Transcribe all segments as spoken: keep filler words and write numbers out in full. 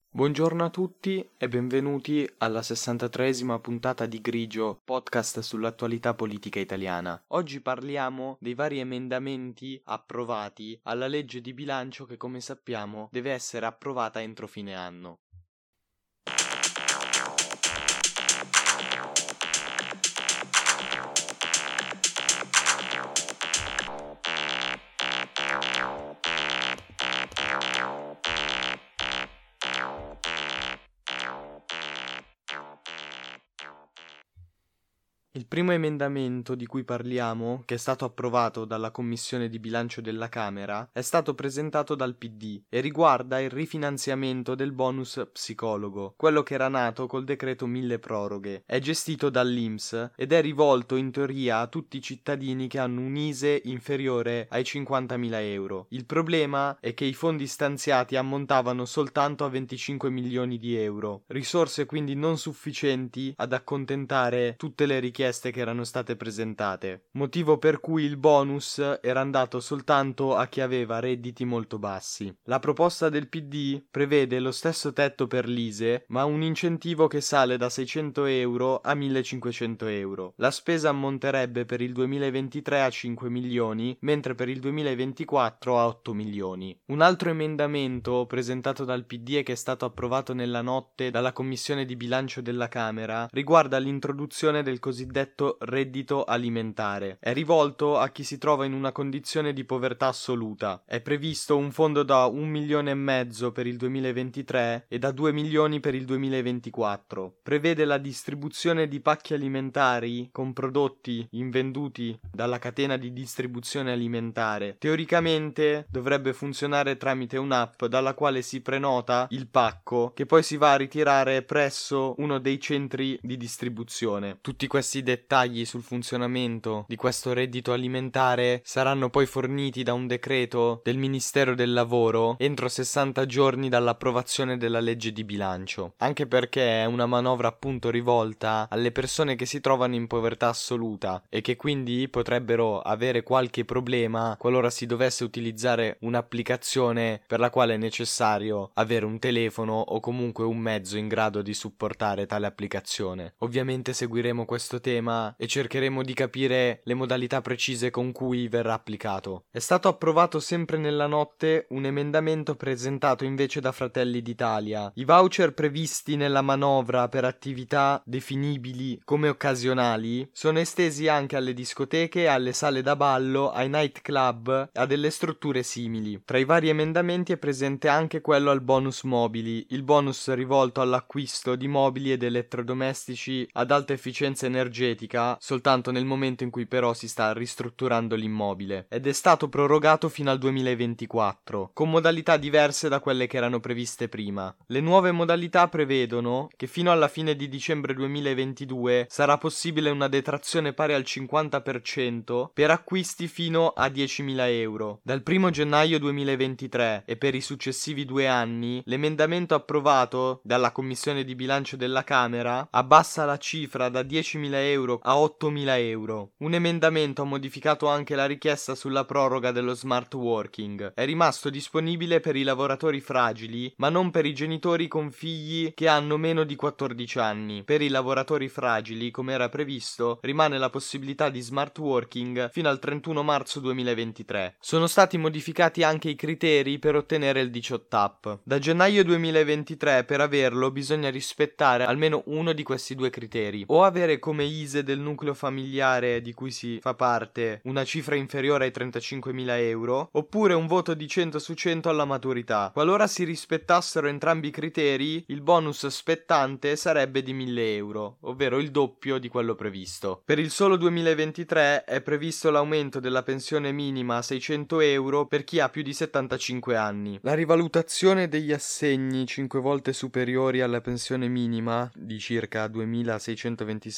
Buongiorno a tutti e benvenuti alla sessantatreesima puntata di Grigio, podcast sull'attualità politica italiana. Oggi parliamo dei vari emendamenti approvati alla legge di bilancio che, come sappiamo, deve essere approvata entro fine anno. Il primo emendamento di cui parliamo, che è stato approvato dalla Commissione di bilancio della Camera, è stato presentato dal P D e riguarda il rifinanziamento del bonus psicologo, quello che era nato col decreto mille proroghe. È gestito dall'I N P S ed è rivolto in teoria a tutti i cittadini che hanno un I S E inferiore ai cinquantamila euro. Il problema è che i fondi stanziati ammontavano soltanto a venticinque milioni di euro, risorse quindi non sufficienti ad accontentare tutte le richieste che erano state presentate, motivo per cui il bonus era andato soltanto a chi aveva redditi molto bassi. La proposta del P D prevede lo stesso tetto per l'I S E, ma un incentivo che sale da seicento euro a millecinquecento euro. La spesa ammonterebbe per il duemilaventitré a cinque milioni, mentre per il duemilaventiquattro a otto milioni. Un altro emendamento presentato dal P D e che è stato approvato nella notte dalla Commissione di bilancio della Camera riguarda l'introduzione del cosiddetto detto reddito alimentare. È rivolto a chi si trova in una condizione di povertà assoluta. È previsto un fondo da un milione e mezzo per il duemilaventitré e da due milioni per il duemilaventiquattro. Prevede la distribuzione di pacchi alimentari con prodotti invenduti dalla catena di distribuzione alimentare. Teoricamente dovrebbe funzionare tramite un'app dalla quale si prenota il pacco che poi si va a ritirare presso uno dei centri di distribuzione. Tutti questi dettagli sul funzionamento di questo reddito alimentare saranno poi forniti da un decreto del Ministero del Lavoro entro sessanta giorni dall'approvazione della legge di bilancio, anche perché è una manovra appunto rivolta alle persone che si trovano in povertà assoluta e che quindi potrebbero avere qualche problema qualora si dovesse utilizzare un'applicazione per la quale è necessario avere un telefono o comunque un mezzo in grado di supportare tale applicazione. Ovviamente seguiremo questo tema e cercheremo di capire le modalità precise con cui verrà applicato. È stato approvato sempre nella notte un emendamento presentato invece da Fratelli d'Italia. I voucher previsti nella manovra per attività definibili come occasionali sono estesi anche alle discoteche, alle sale da ballo, ai night club e a delle strutture simili. Tra i vari emendamenti è presente anche quello al bonus mobili, il bonus rivolto all'acquisto di mobili ed elettrodomestici ad alta efficienza energetica soltanto nel momento in cui però si sta ristrutturando l'immobile, ed è stato prorogato fino al duemilaventiquattro con modalità diverse da quelle che erano previste prima. Le nuove modalità prevedono che fino alla fine di dicembre duemilaventidue sarà possibile una detrazione pari al cinquanta per cento per acquisti fino a diecimila euro. Dal primo gennaio duemilaventitré e per i successivi due anni l'emendamento approvato dalla Commissione di bilancio della Camera abbassa la cifra da diecimila euro a ottomila euro. Un emendamento ha modificato anche la richiesta sulla proroga dello smart working. È rimasto disponibile per i lavoratori fragili, ma non per i genitori con figli che hanno meno di quattordici anni. Per i lavoratori fragili, come era previsto, rimane la possibilità di smart working fino al trentuno marzo duemilaventitré. Sono stati modificati anche i criteri per ottenere il diciotto app. Da gennaio duemilaventitré per averlo bisogna rispettare almeno uno di questi due criteri: o avere come I S E del nucleo familiare di cui si fa parte una cifra inferiore ai trentacinquemila euro, oppure un voto di cento su cento alla maturità. Qualora si rispettassero entrambi i criteri, il bonus spettante sarebbe di mille euro, ovvero il doppio di quello previsto. Per il solo duemilaventitré è previsto l'aumento della pensione minima a seicento euro per chi ha più di settantacinque anni. La rivalutazione degli assegni cinque volte superiori alla pensione minima, di circa duemilaseicentoventisei euro,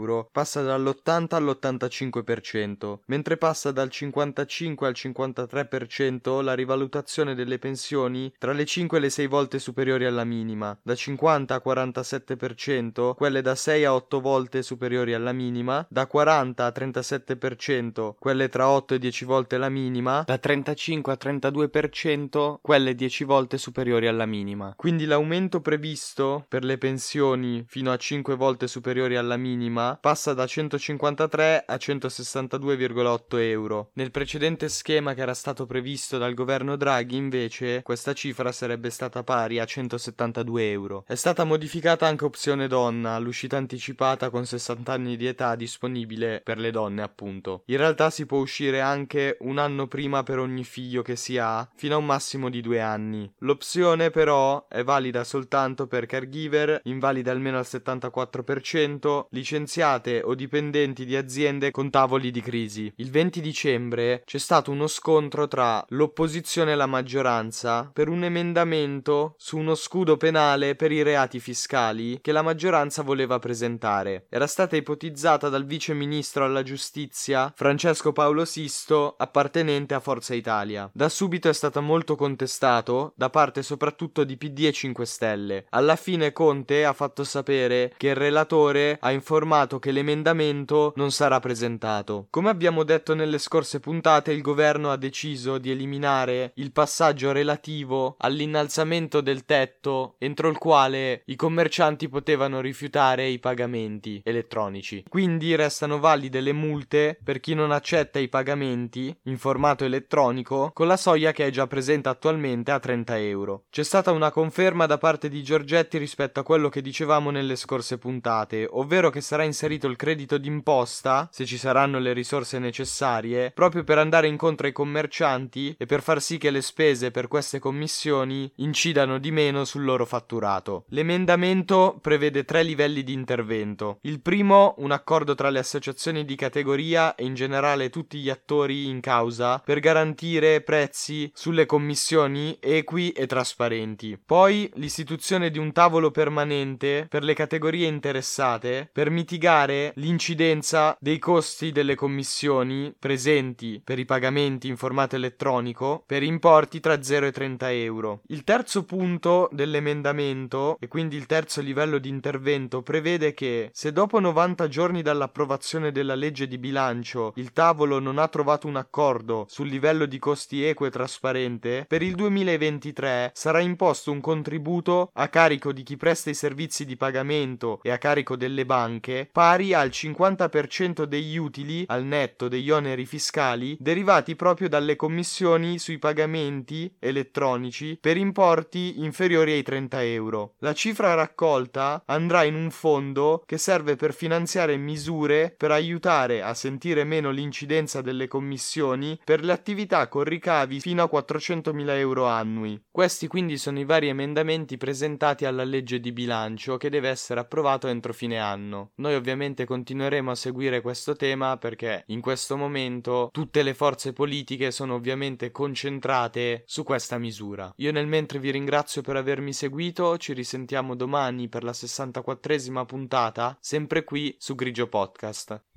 euro passa dall'ottanta all'ottantacinque per cento, mentre passa dal cinquantacinque al cinquantatré per cento la rivalutazione delle pensioni tra le cinque e le sei volte superiori alla minima, da cinquanta a quarantasette per cento quelle da sei a otto volte superiori alla minima, da quaranta a trentasette per cento quelle tra otto e dieci volte la minima, da trentacinque a trentadue per cento quelle dieci volte superiori alla minima. Quindi l'aumento previsto per le pensioni fino a cinque volte superiori alla minima passa da centocinquantatré a centosessantadue virgola otto euro. Nel precedente schema che era stato previsto dal governo Draghi, invece, questa cifra sarebbe stata pari a centosettantadue euro. È stata modificata anche opzione donna, l'uscita anticipata con sessanta anni di età disponibile per le donne, appunto. In realtà si può uscire anche un anno prima per ogni figlio che si ha, fino a un massimo di due anni. L'opzione però è valida soltanto per caregiver, invalida almeno al settantaquattro per cento, licenziate o dipendenti di aziende con tavoli di crisi. Il venti dicembre c'è stato uno scontro tra l'opposizione e la maggioranza per un emendamento su uno scudo penale per i reati fiscali che la maggioranza voleva presentare. Era stata ipotizzata dal vice ministro alla giustizia Francesco Paolo Sisto, appartenente a Forza Italia. Da subito è stato molto contestato da parte soprattutto di P D e cinque Stelle. Alla fine Conte ha fatto sapere che il relatore ha informato che l'emendamento non sarà presentato. Come abbiamo detto nelle scorse puntate, il governo ha deciso di eliminare il passaggio relativo all'innalzamento del tetto entro il quale i commercianti potevano rifiutare i pagamenti elettronici. Quindi restano valide le multe per chi non accetta i pagamenti in formato elettronico con la soglia che è già presente attualmente a trenta euro. C'è stata una conferma da parte di Giorgetti rispetto a quello che dicevamo nelle scorse puntate, ovvero che sarà inserito il credito d'imposta, se ci saranno le risorse necessarie, proprio per andare incontro ai commercianti e per far sì che le spese per queste commissioni incidano di meno sul loro fatturato. L'emendamento prevede tre livelli di intervento. Il primo, un accordo tra le associazioni di categoria e in generale tutti gli attori in causa per garantire prezzi sulle commissioni equi e trasparenti. Poi l'istituzione di un tavolo permanente per le categorie interessate per mitigare l'incidenza dei costi delle commissioni presenti per i pagamenti in formato elettronico per importi tra zero e trenta euro. Il terzo punto dell'emendamento, e quindi il terzo livello di intervento, prevede che se dopo novanta giorni dall'approvazione della legge di bilancio il tavolo non ha trovato un accordo sul livello di costi equo e trasparente, per il duemilaventitré sarà imposto un contributo a carico di chi presta i servizi di pagamento e a carico delle banche pari al cinquanta per cento degli utili al netto degli oneri fiscali derivati proprio dalle commissioni sui pagamenti elettronici per importi inferiori ai trenta euro. La cifra raccolta andrà in un fondo che serve per finanziare misure per aiutare a sentire meno l'incidenza delle commissioni per le attività con ricavi fino a quattrocentomila euro annui. Questi quindi sono i vari emendamenti presentati alla legge di bilancio che deve essere approvato entro fine anno. Noi ovviamente continueremo a seguire questo tema perché in questo momento tutte le forze politiche sono ovviamente concentrate su questa misura. Io nel mentre vi ringrazio per avermi seguito, ci risentiamo domani per la sessantaquattresima puntata, sempre qui su Grigio Podcast.